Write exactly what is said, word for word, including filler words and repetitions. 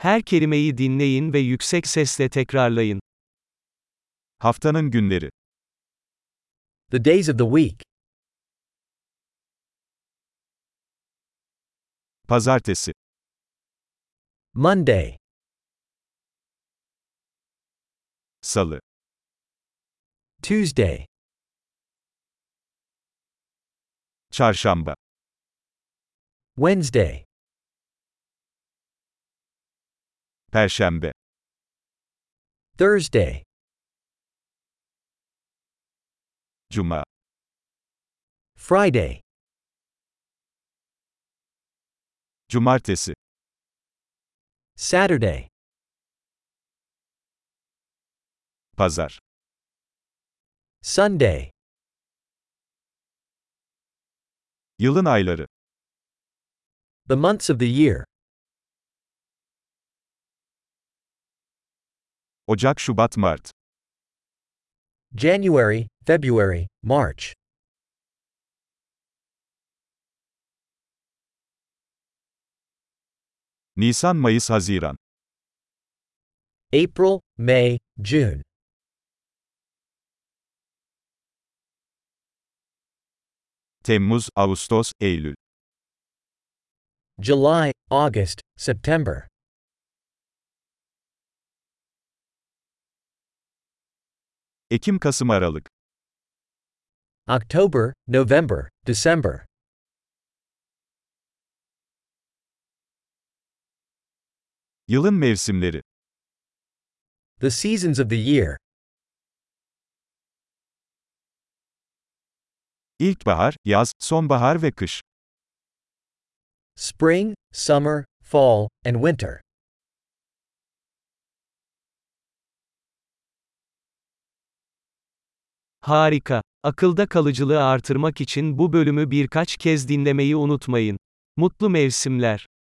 Her kelimeyi dinleyin ve yüksek sesle tekrarlayın. Haftanın günleri. The days of the week. Pazartesi, Monday, Salı, Tuesday, Çarşamba, Wednesday, Perşembe, Thursday, Cuma, Friday, Cumartesi, Saturday, Pazar, Sunday. Yılın ayları. The months of the year. Ocak, Şubat, Mart. January, February, March. Nisan, Mayıs, Haziran. April, May, June. Temmuz, Ağustos, Eylül. July, August, September. Ekim, Kasım, Aralık. October, November, December. Yılın mevsimleri. The seasons of the year. İlkbahar, yaz, sonbahar ve kış. Spring, summer, fall, and winter. Harika. Akılda kalıcılığı artırmak için bu bölümü birkaç kez dinlemeyi unutmayın. Mutlu mevsimler.